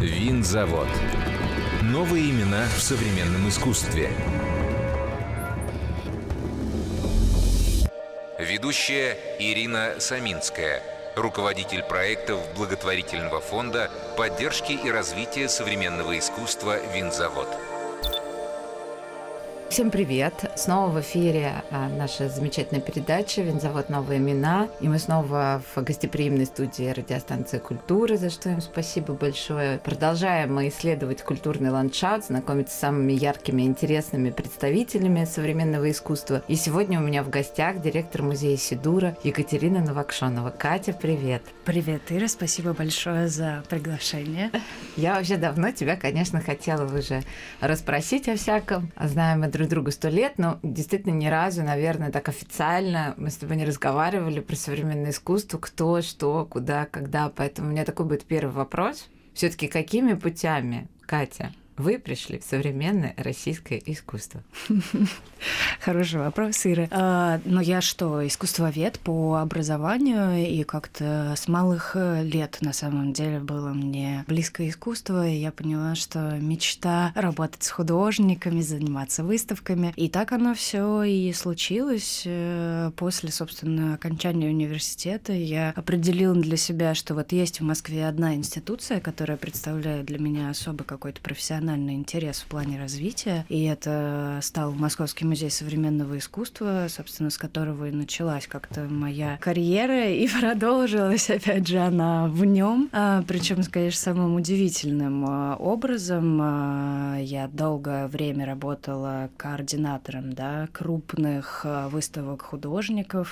Винзавод. Новые имена в современном искусстве. Ведущая Ирина Саминская, руководитель проектов благотворительного фонда поддержки и развития современного искусства «Винзавод». Всем привет! Снова в эфире наша замечательная передача «Винзавод. Новые имена». И мы снова в гостеприимной студии радиостанции «Культура», за что им спасибо большое. Продолжаем мы исследовать культурный ландшафт, знакомиться с самыми яркими и интересными представителями современного искусства. И сегодня у меня в гостях директор музея Сидура Екатерина Новокшонова. Катя, привет! Привет, Ира, спасибо большое за приглашение. Я вообще давно тебя, конечно, хотела уже расспросить о всяком. Знаем мы друг другу 100 лет, но действительно ни разу, наверное, так официально мы с тобой не разговаривали про современное искусство, кто, что, куда, когда. Поэтому у меня такой будет первый вопрос. Все-таки какими путями, Катя, вы пришли в современное российское искусство? Хороший вопрос, Ира. Но я что, искусствовед по образованию, и как-то с малых лет на самом деле было мне близко искусство, и я поняла, что мечта работать с художниками, заниматься выставками. И так оно все и случилось. После, собственно, окончания университета я определила для себя, что вот есть в Москве одна институция, которая представляет для меня особый какой-то профессиональный интерес в плане развития, и это стал Московский музей современного искусства, собственно, с которого и началась как-то моя карьера, и продолжилась, опять же, она в нем. Причем, конечно, самым удивительным образом. Я долгое время работала координатором, крупных выставок художников,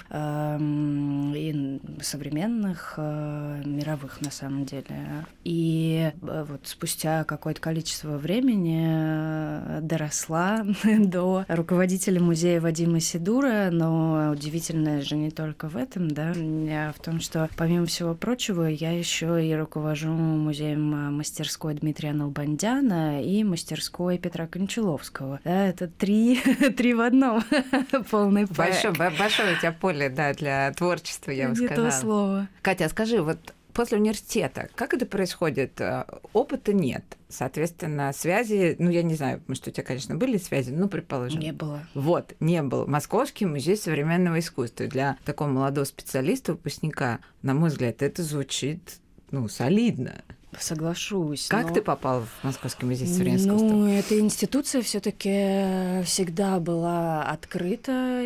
и современных, мировых, на самом деле. И вот спустя какое-то количество времени доросла до руководителя музея Вадима Сидура, но удивительное же не только в этом, а в том, что, помимо всего прочего, я еще и руковожу музеем мастерской Дмитрия Налбандяна и мастерской Петра Кончаловского. Это три в одном, полный проект. Большое у тебя поле, для творчества, я бы сказала. Не то слово. Катя, скажи, вот после университета, как это происходит? Опыта нет. Соответственно, связи, я не знаю, может, у тебя, конечно, были связи, предположим. Не было. Вот, не было. Московский музей современного искусства. Для такого молодого специалиста, выпускника, на мой взгляд, это звучит, солидно. Соглашусь. Как ты попал в Московский музей современного искусства? Эта институция все-таки всегда была открыта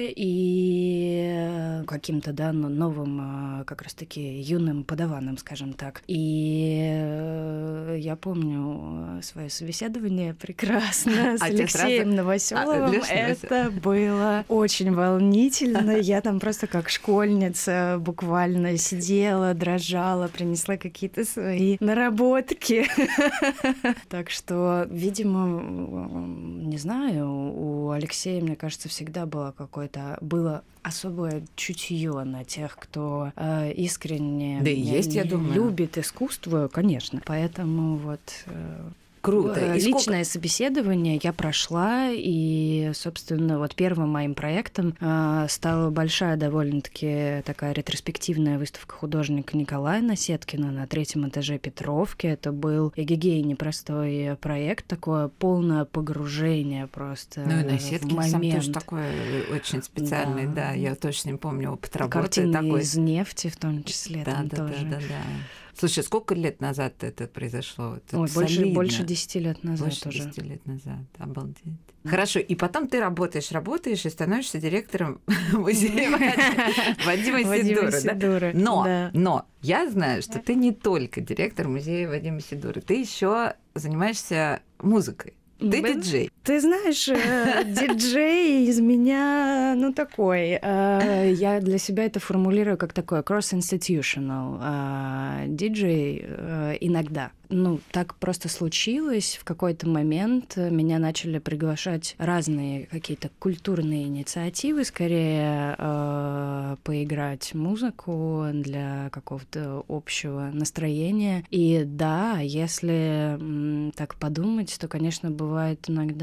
и каким-то, новым, как раз-таки юным подаваном, скажем так. И я помню свое собеседование прекрасно с Алексеем Новоселовым. Это было очень волнительно. Я там просто как школьница буквально сидела, дрожала, принесла какие-то свои наработки. Так что, видимо, не знаю, у Алексея, мне кажется, всегда было особое чутье на тех, кто искренне любит искусство, конечно. Поэтому Круто. Личное собеседование я прошла, и, собственно, первым моим проектом стала большая довольно-таки такая ретроспективная выставка художника Николая Насеткина на 3-м этаже Петровки. Это был эгегей непростой проект, такое полное погружение просто в Насеткин сам тоже такой очень специальный, я точно не помню опыт работы. Картины такой. Из нефти в том числе тоже. Да. Слушай, сколько лет назад это произошло? Больше 10 лет назад больше уже. 10 лет назад, обалдеть. Хорошо, и потом ты работаешь и становишься директором музея Вадима Сидура. Но я знаю, что ты не только директор музея Вадима Сидура, ты еще занимаешься музыкой. Ты диджей. Ты знаешь, диджей из меня, такой. Я для себя это формулирую как такое cross-institutional. Диджей иногда. Так просто случилось. В какой-то момент меня начали приглашать разные какие-то культурные инициативы, скорее поиграть музыку для какого-то общего настроения. И да, если так подумать, то, конечно, бывает иногда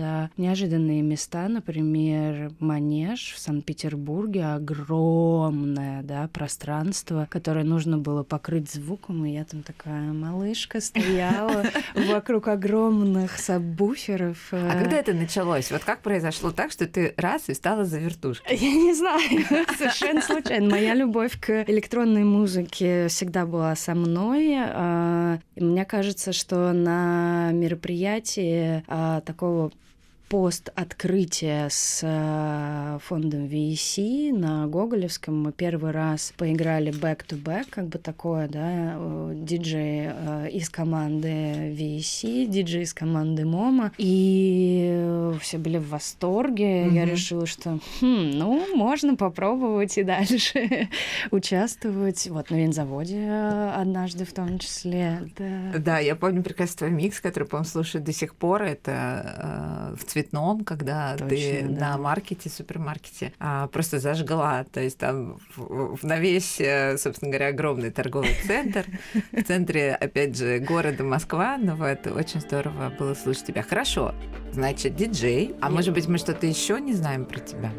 за неожиданные места. Например, Манеж в Санкт-Петербурге, огромное, да, пространство, которое нужно было покрыть звуком, и я там такая малышка стояла вокруг огромных сабвуферов. А когда это началось? Вот как произошло так, что ты раз и стала за вертушкой? Я не знаю, совершенно случайно. Моя любовь к электронной музыке всегда была со мной. Мне кажется, что на мероприятии такого пост-открытия с фондом VEC на Гоголевском мы первый раз поиграли back-to-back, как бы такое, да, диджей из команды VEC, диджей из команды Момо, и все были в восторге. Я решила, что, ну, можно попробовать и дальше участвовать. Вот на винзаводе однажды в том числе. Да, я помню прекрасно твой микс, который, по-моему, слушаю до сих пор. Это в цветном, когда точно, ты да. на маркете, супермаркете просто зажгла. То есть там на весь, собственно говоря, огромный торговый центр. В центре, опять же, города Москва. Ну вот, очень здорово было слушать тебя. Хорошо. Значит, диджей. А может быть, мы что-то еще не знаем про тебя?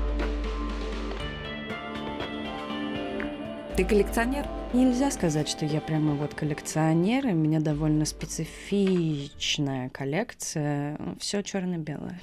Ты коллекционер? Нельзя сказать, что я прямо вот коллекционер. У меня довольно специфичная коллекция. Все черно-белое.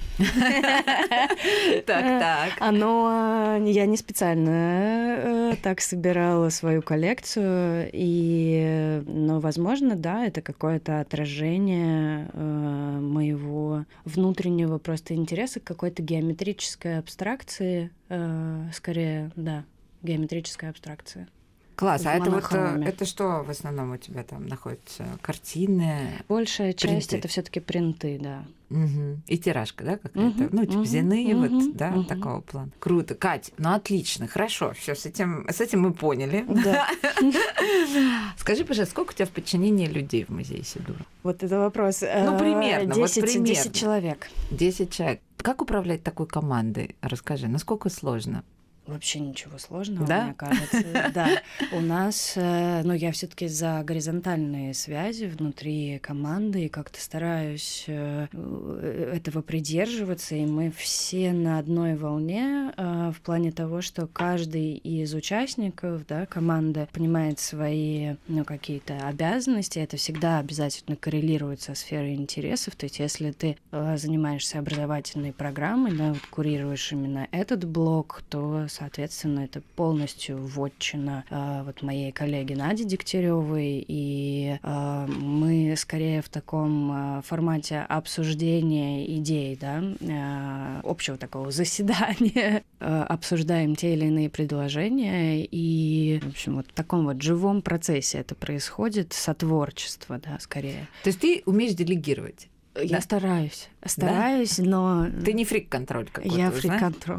Так. Я не специально так собирала свою коллекцию. Но, возможно, да, это какое-то отражение моего внутреннего просто интереса к какой-то геометрической абстракции. Скорее, да, геометрическая абстракция. Класс, а это что в основном у тебя там находится? Картины? Большая часть принты? Это все-таки принты, да. Угу. И тиражка, да, какая-то? Ну, типа зины, вот, да, такого плана. Круто. Кать, ну отлично, хорошо, все с этим мы поняли. Да. Скажи, пожалуйста, сколько у тебя в подчинении людей в музее Сидура? Вот это вопрос. Ну, примерно. 10 человек. 10 человек. Как управлять такой командой? Расскажи, насколько сложно? Вообще ничего сложного, да? Мне кажется. Да. У нас, я все-таки за горизонтальные связи внутри команды и как-то стараюсь этого придерживаться, и мы все на одной волне в плане того, что каждый из участников, да, команды понимает свои, какие-то обязанности. Это всегда обязательно коррелирует со сферой интересов. То есть, если ты занимаешься образовательной программой, да, вот курируешь именно этот блок, то соответственно, это полностью вотчина вот моей коллеги Нади Дегтяревой, и мы скорее в таком формате обсуждения идей, да, общего такого заседания, обсуждаем те или иные предложения, и, в общем, вот в таком вот живом процессе это происходит, сотворчество, да, скорее. То есть ты умеешь делегировать? Я стараюсь, но... Ты не фрик-контроль какой-то, я фрик-контроль.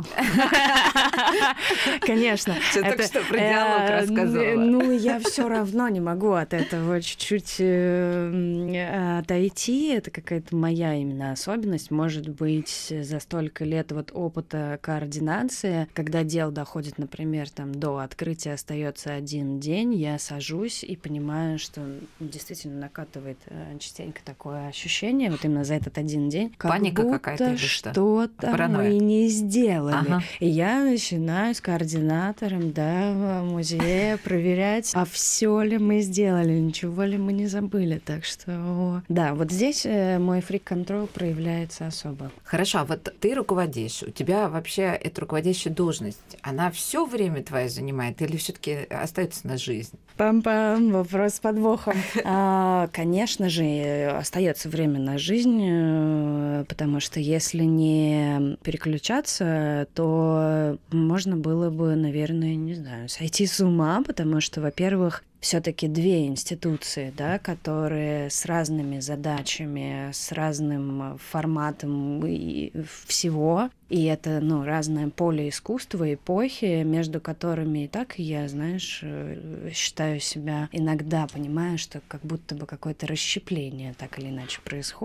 Конечно. Ты только что про диалог рассказывала. Я все равно не могу от этого чуть-чуть отойти. Это какая-то моя именно особенность. Может быть, за столько лет вот опыта координации, когда дело доходит, например, там, до открытия остается один день, я сажусь и понимаю, что действительно накатывает частенько такое ощущение, вот именно за этот один день, как паника будто какая-то или что? Что-то мы не сделали. Ага. И я начинаю с координатором, да, музея проверять, а все ли мы сделали, ничего ли мы не забыли. Так что, да, вот здесь мой фрик-контроль проявляется особо. Хорошо, а вот ты руководишь, у тебя вообще эта руководящая должность, она все время твое занимает или все-таки остается на жизнь? Пам-пам, вопрос с подвохом. Конечно же, остается время на жизнь, потому что если не переключаться, то можно было бы, наверное, не знаю, сойти с ума, потому что, во-первых, все-таки две институции, да, которые с разными задачами, с разным форматом всего, и это, разное поле искусства, эпохи, между которыми и так я, знаешь, считаю себя иногда, понимаю, что как будто бы какое-то расщепление так или иначе происходит.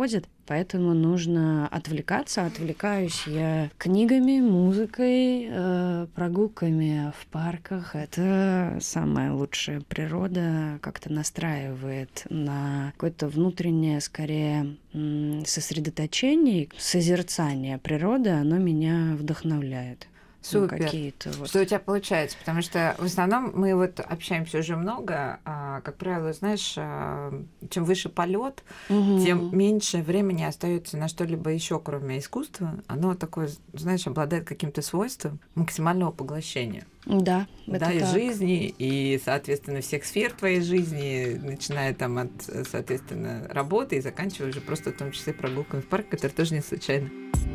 поэтому нужно отвлекаться. Отвлекаюсь я книгами, музыкой, прогулками в парках. Это самая лучшая природа, как-то настраивает на какое-то внутреннее, скорее, сосредоточение, созерцание природы, оно меня вдохновляет. Супер. Какие-то вот. Что у тебя получается? Потому что в основном мы вот общаемся уже много, как правило, знаешь, чем выше полет, тем меньше времени остается на что-либо еще, кроме искусства. Оно такое, знаешь, обладает каким-то свойством максимального поглощения. Да, да, и жизни, и, соответственно, всех сфер твоей жизни, начиная там от, соответственно, работы и заканчивая уже просто в том числе прогулками в парк, который тоже не случайно.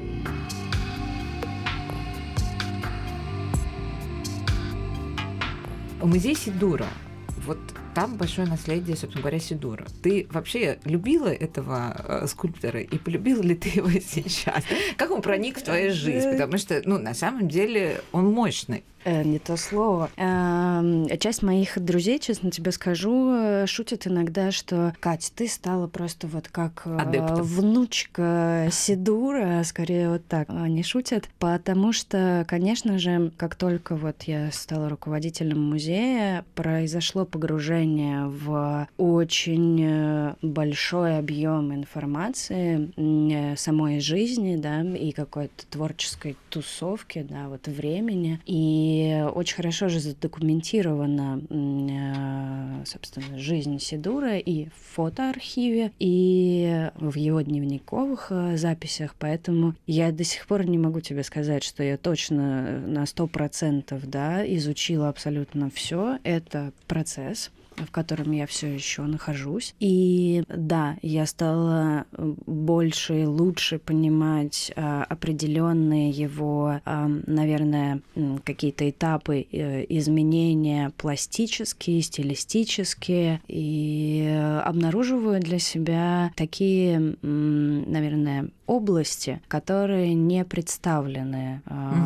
Музей Сидура. Вот там большое наследие, собственно говоря, Сидура. Ты вообще любила этого скульптора и полюбила ли ты его сейчас? Как он проник в твою жизнь? Потому что, на самом деле он мощный. Не то слово. Часть моих друзей, честно тебе скажу, шутят иногда, что Кать, ты стала просто вот как внучка Сидура, скорее вот так они шутят, потому что, конечно же, как только вот я стала руководителем музея, произошло погружение в очень большой объем информации самой жизни, да, и какой-то творческой тусовки, да, вот времени, и очень хорошо же задокументирована, собственно, жизнь Сидура и в фотоархиве, и в его дневниковых записях, поэтому я до сих пор не могу тебе сказать, что я точно на 100%, да, изучила абсолютно все. Это процесс, в котором я все еще нахожусь. И да, я стала больше и лучше понимать определенные его, наверное, какие-то этапы изменения пластические, стилистические, и обнаруживаю для себя такие, наверное, области, которые не представлены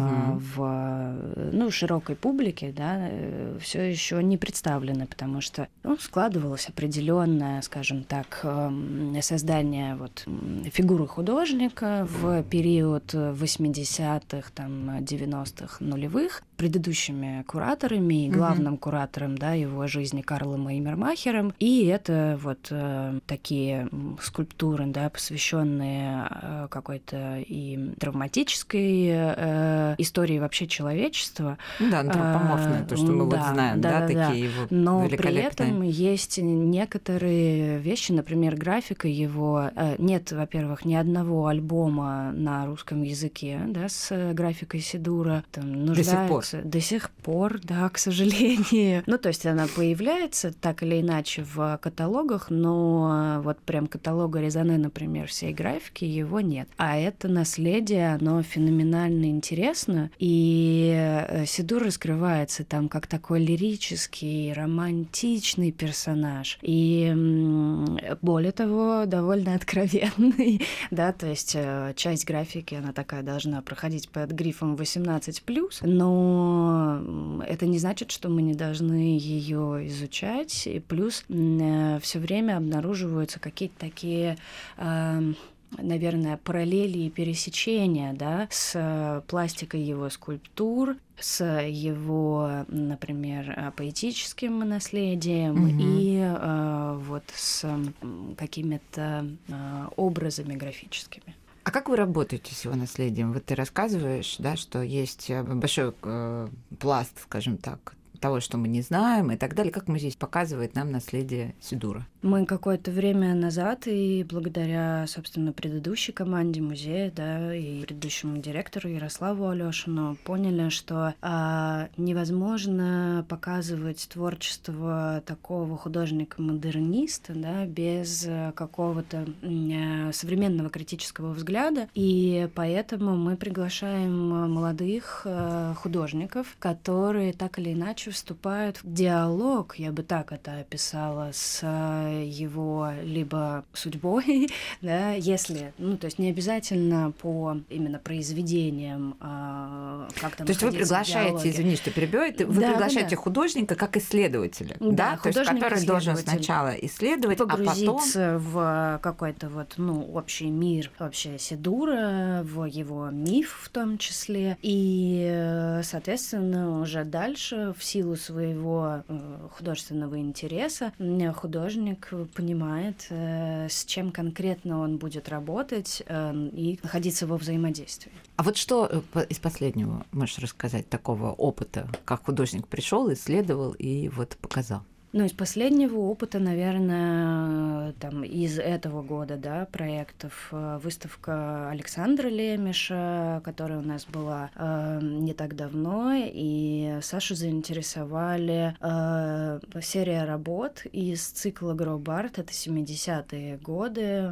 в широкой публике, да, все еще не представлены, потому что складывалось определенное, скажем так, создание вот фигуры художника в период 80-х, там, 90-х, нулевых предыдущими кураторами и главным куратором, да, его жизни Карлом Эймермахером. И это вот такие скульптуры, да, посвященные какой-то и травматической истории вообще человечества. Да, антропоморфное, то, что мы вот знаем, такие его но великолепные. При этом есть некоторые вещи, например, графика его. Нет, во-первых, ни одного альбома на русском языке, да, с графикой Сидура. Там нуждается до сих пор, да, к сожалению. То есть она появляется так или иначе в каталогах, но вот прям каталога Резане, например, всей графики его нет. А это наследие, оно феноменально интересно, и Сидур раскрывается там как такой лирический, романтичный персонаж, и более того, довольно откровенный, да, то есть часть графики, она такая должна проходить под грифом 18+, но это не значит, что мы не должны ее изучать, и плюс все время обнаруживаются какие-то такие наверное, параллели и пересечения, да, с пластикой его скульптур, с его, например, поэтическим наследием и вот с какими-то образами графическими. А как вы работаете с его наследием? Вот ты рассказываешь, да, что есть большой пласт, скажем так, того, что мы не знаем и так далее. Как музей показывает нам наследие Сидура? Мы какое-то время назад, и благодаря, собственно, предыдущей команде музея, да, и предыдущему директору Ярославу Алёшину, поняли, что невозможно показывать творчество такого художника-модерниста, да, без какого-то современного критического взгляда, и поэтому мы приглашаем молодых художников, которые так или иначе вступают в диалог, я бы так это описала, с его либо судьбой, да, если, то есть не обязательно по именно произведениям, как там. То есть вы приглашаете, извини, что перебиваю, вы приглашаете художника как исследователя, да, то есть который должен сначала исследовать, погрузиться в какой-то общий мир вообще Сидура, в его миф в том числе, и, соответственно, уже дальше в силу своего художественного интереса художник понимает, с чем конкретно он будет работать и находиться во взаимодействии. А вот что из последнего можешь рассказать такого опыта, как художник пришел, исследовал и вот показал? Из последнего опыта, наверное, из этого года, да, проектов, выставка Александра Лемеша, которая у нас была не так давно, и Сашу заинтересовали серия работ из цикла Гробарт, это 70-е годы,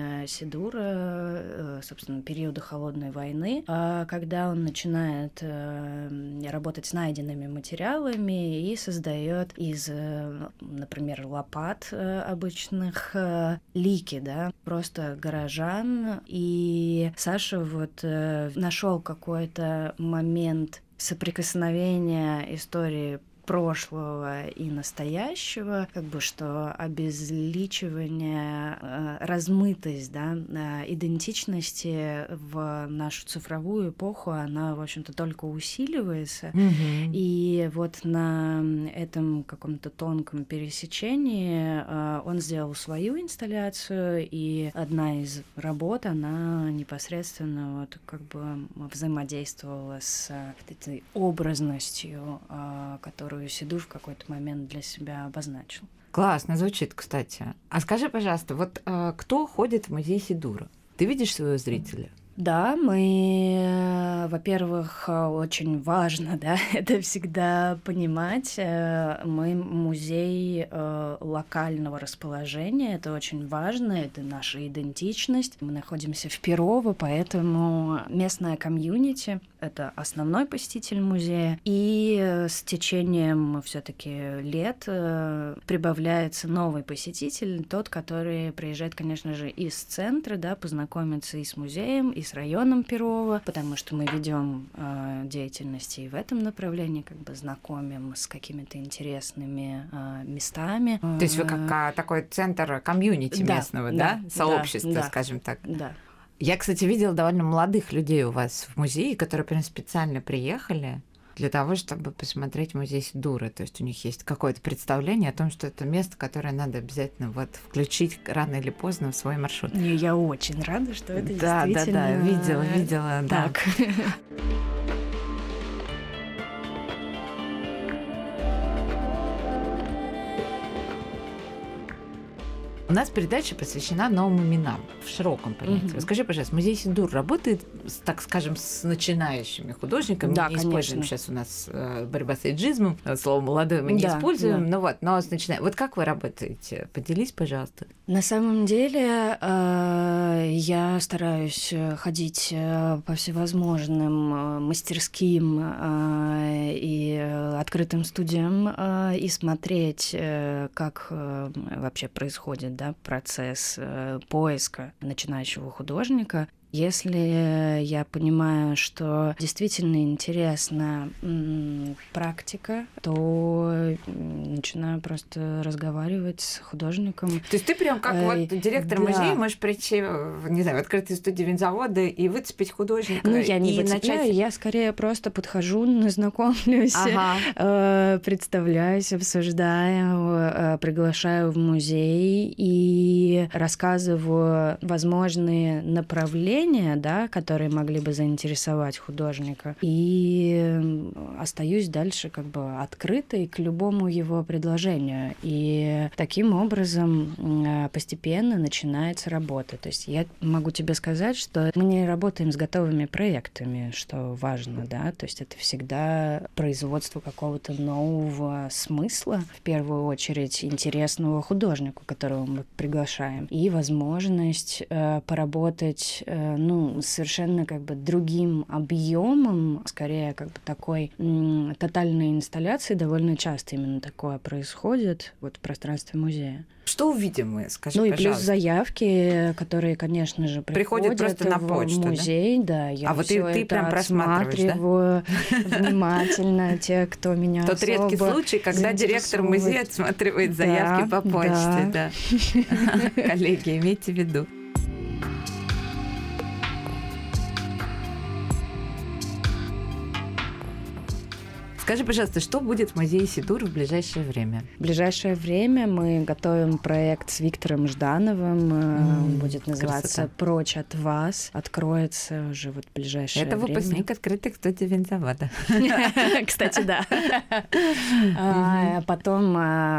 Сидура, собственно, периода Холодной войны, когда он начинает работать с найденными материалами и создает из, например, лопат обычных лики, да, просто горожан. И Саша нашел какой-то момент соприкосновения истории прошлого и настоящего, что обезличивание, размытость, да, идентичности в нашу цифровую эпоху, она, в общем-то, только усиливается. Mm-hmm. И на этом каком-то тонком пересечении он сделал свою инсталляцию, и одна из работ, она непосредственно взаимодействовала с этой образностью, которую Сидур в какой-то момент для себя обозначил. Классно звучит, кстати. А скажи, пожалуйста, кто ходит в музей Сидура? Ты видишь своего зрителя? Да, мы, во-первых, очень важно, да, это всегда понимать. Мы музей локального расположения, это очень важно, это наша идентичность. Мы находимся в Перово, поэтому местная комьюнити — это основной посетитель музея. И с течением все-таки лет прибавляется новый посетитель, тот, который приезжает, конечно же, из центра, да, познакомиться и с музеем, и с районом Перово, потому что мы ведем деятельность и в этом направлении, знакомим с какими-то интересными местами. То есть вы как такой центр комьюнити местного, да? Сообщества, скажем так. Да. Я, кстати, видела довольно молодых людей у вас в музее, которые прям специально приехали для того, чтобы посмотреть музей Сидура. То есть у них есть какое-то представление о том, что это место, которое надо обязательно включить рано или поздно в свой маршрут. Я очень рада, что это действительно... Да, видела, так. Да. У нас передача посвящена новым именам в широком понятии. Скажи, пожалуйста, музей Сидур работает, так скажем, с начинающими художниками? Да, мы не используем сейчас у нас борьба с эйджизмом, слово молодое мы не используем, но с начинающими. Вот как вы работаете? Поделись, пожалуйста. На самом деле я стараюсь ходить по всевозможным мастерским и открытым студиям и смотреть, как вообще происходит, да, процесс поиска начинающего художника. Если я понимаю, что действительно интересна практика, то начинаю просто разговаривать с художником. То есть ты прям как директор музея можешь прийти, не знаю, в открытую студию винзавода и выцепить художника? Я не выцепляю, я скорее просто подхожу, знакомлюсь, представляюсь, обсуждаю, приглашаю в музей и рассказываю возможные направления, да, которые могли бы заинтересовать художника. И остаюсь дальше открытой к любому его предложению. И таким образом постепенно начинается работа. То есть я могу тебе сказать, что мы не работаем с готовыми проектами, что важно, да, то есть это всегда производство какого-то нового смысла, в первую очередь интересного художнику, которого мы приглашаем. предлагаем. И возможность поработать, совершенно как бы другим объемом, скорее как бы такой тотальной инсталляции. Довольно часто именно такое происходит вот в пространстве музея. Что увидим мы, скажи, и пожалуйста. плюс заявки, которые, конечно же, приходят просто на почту, в музей, да. Я вот ты прям просматриваешь, да? Внимательно те, кто меня Тот редкий случай, когда директор музея отсматривает заявки по почте, да. Коллеги, имейте в виду. Скажи, пожалуйста, что будет в музее Сидур в ближайшее время? В ближайшее время мы готовим проект с Виктором Ждановым. Он будет называться «Прочь от вас». Откроется уже вот в ближайшее время. Это выпускник открытых студий Винзавода. Кстати, да. Потом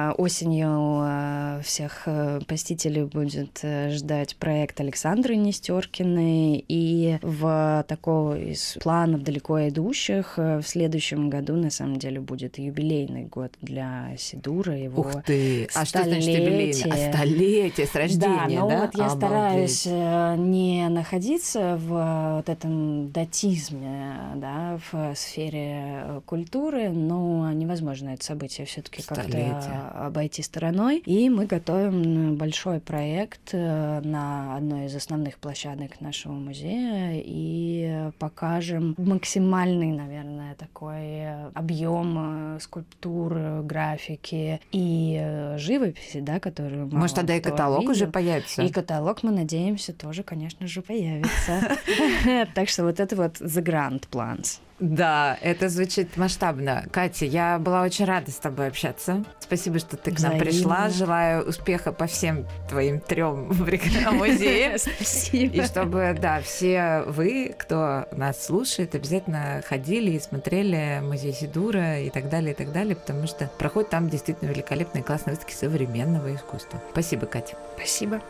осенью всех посетителей будет ждать проект Александры Нестеркиной. И в такого из планов далеко идущих в следующем году, на самом деле, будет юбилейный год для Сидура. Его Ух ты! А что значит юбилейный? Столетие с рождения, да? Да, вот я стараюсь не находиться в вот этом датизме, да, в сфере культуры, но невозможно это событие все-таки как-то обойти стороной. И мы готовим большой проект на одной из основных площадок нашего музея и покажем максимальный, наверное, такой объем скульптур, графики и живописи, да, которую мы... Может, тогда и каталог уже появится? И каталог, мы надеемся, тоже, конечно же, появится. Так что вот это вот the grand plans. Да, это звучит масштабно. Катя, я была очень рада с тобой общаться. Спасибо, что ты к нам пришла. Желаю успеха по всем твоим 3 музеям. Спасибо. И чтобы, да, все вы, кто нас слушает, обязательно ходили и смотрели музей Сидура и так далее, потому что проходят там действительно великолепные классные выставки современного искусства. Спасибо, Катя. Спасибо.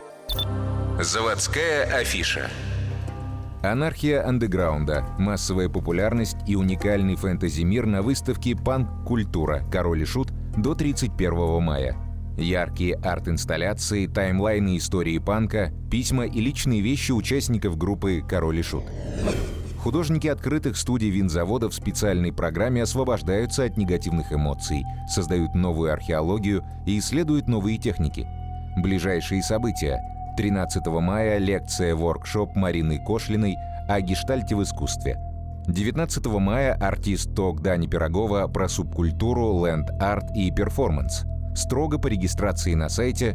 Заводская афиша. Анархия андеграунда, массовая популярность и уникальный фэнтези-мир на выставке «Панк-культура. Король и Шут» до 31 мая. Яркие арт-инсталляции, таймлайны истории панка, письма и личные вещи участников группы «Король и Шут». Художники открытых студий Винзавода в специальной программе освобождаются от негативных эмоций, создают новую археологию и исследуют новые техники. Ближайшие события. 13 мая лекция-воркшоп Марины Кошлиной о гештальте в искусстве. 19 мая артист-ток Дани Пирогова про субкультуру, ленд-арт и перформанс. Строго по регистрации на сайте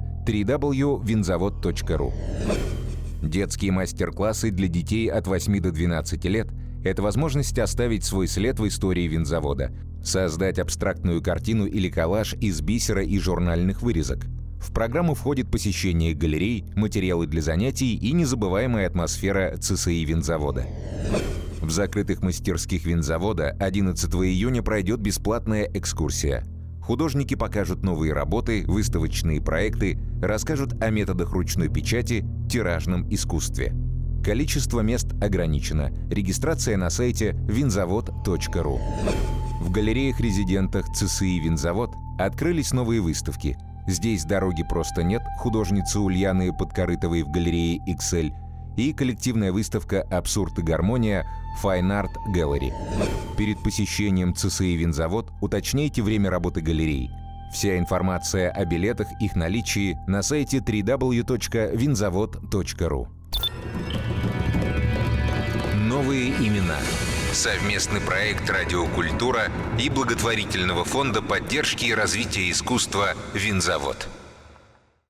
www.vinzavod.ru. Детские мастер-классы для детей от 8 до 12 лет – это возможность оставить свой след в истории винзавода, создать абстрактную картину или коллаж из бисера и журнальных вырезок. В программу входит посещение галерей, материалы для занятий и незабываемая атмосфера ЦСИ Винзавода. В закрытых мастерских Винзавода 11 июня пройдет бесплатная экскурсия. Художники покажут новые работы, выставочные проекты, расскажут о методах ручной печати, тиражном искусстве. Количество мест ограничено. Регистрация на сайте vinzavod.ru. В галереях-резидентах ЦСИ Винзавод открылись новые выставки. Здесь дороги просто нет художницы Ульяны Подкорытовой в галерее XL и коллективная выставка «Абсурд и гармония» Fine Art Gallery. Перед посещением ЦСИ Винзавод уточняйте время работы галерей. Вся информация о билетах, их наличии на сайте www.vinzavod.ru. Новые имена. Совместный проект «Радиокультура» и благотворительного фонда поддержки и развития искусства «Винзавод».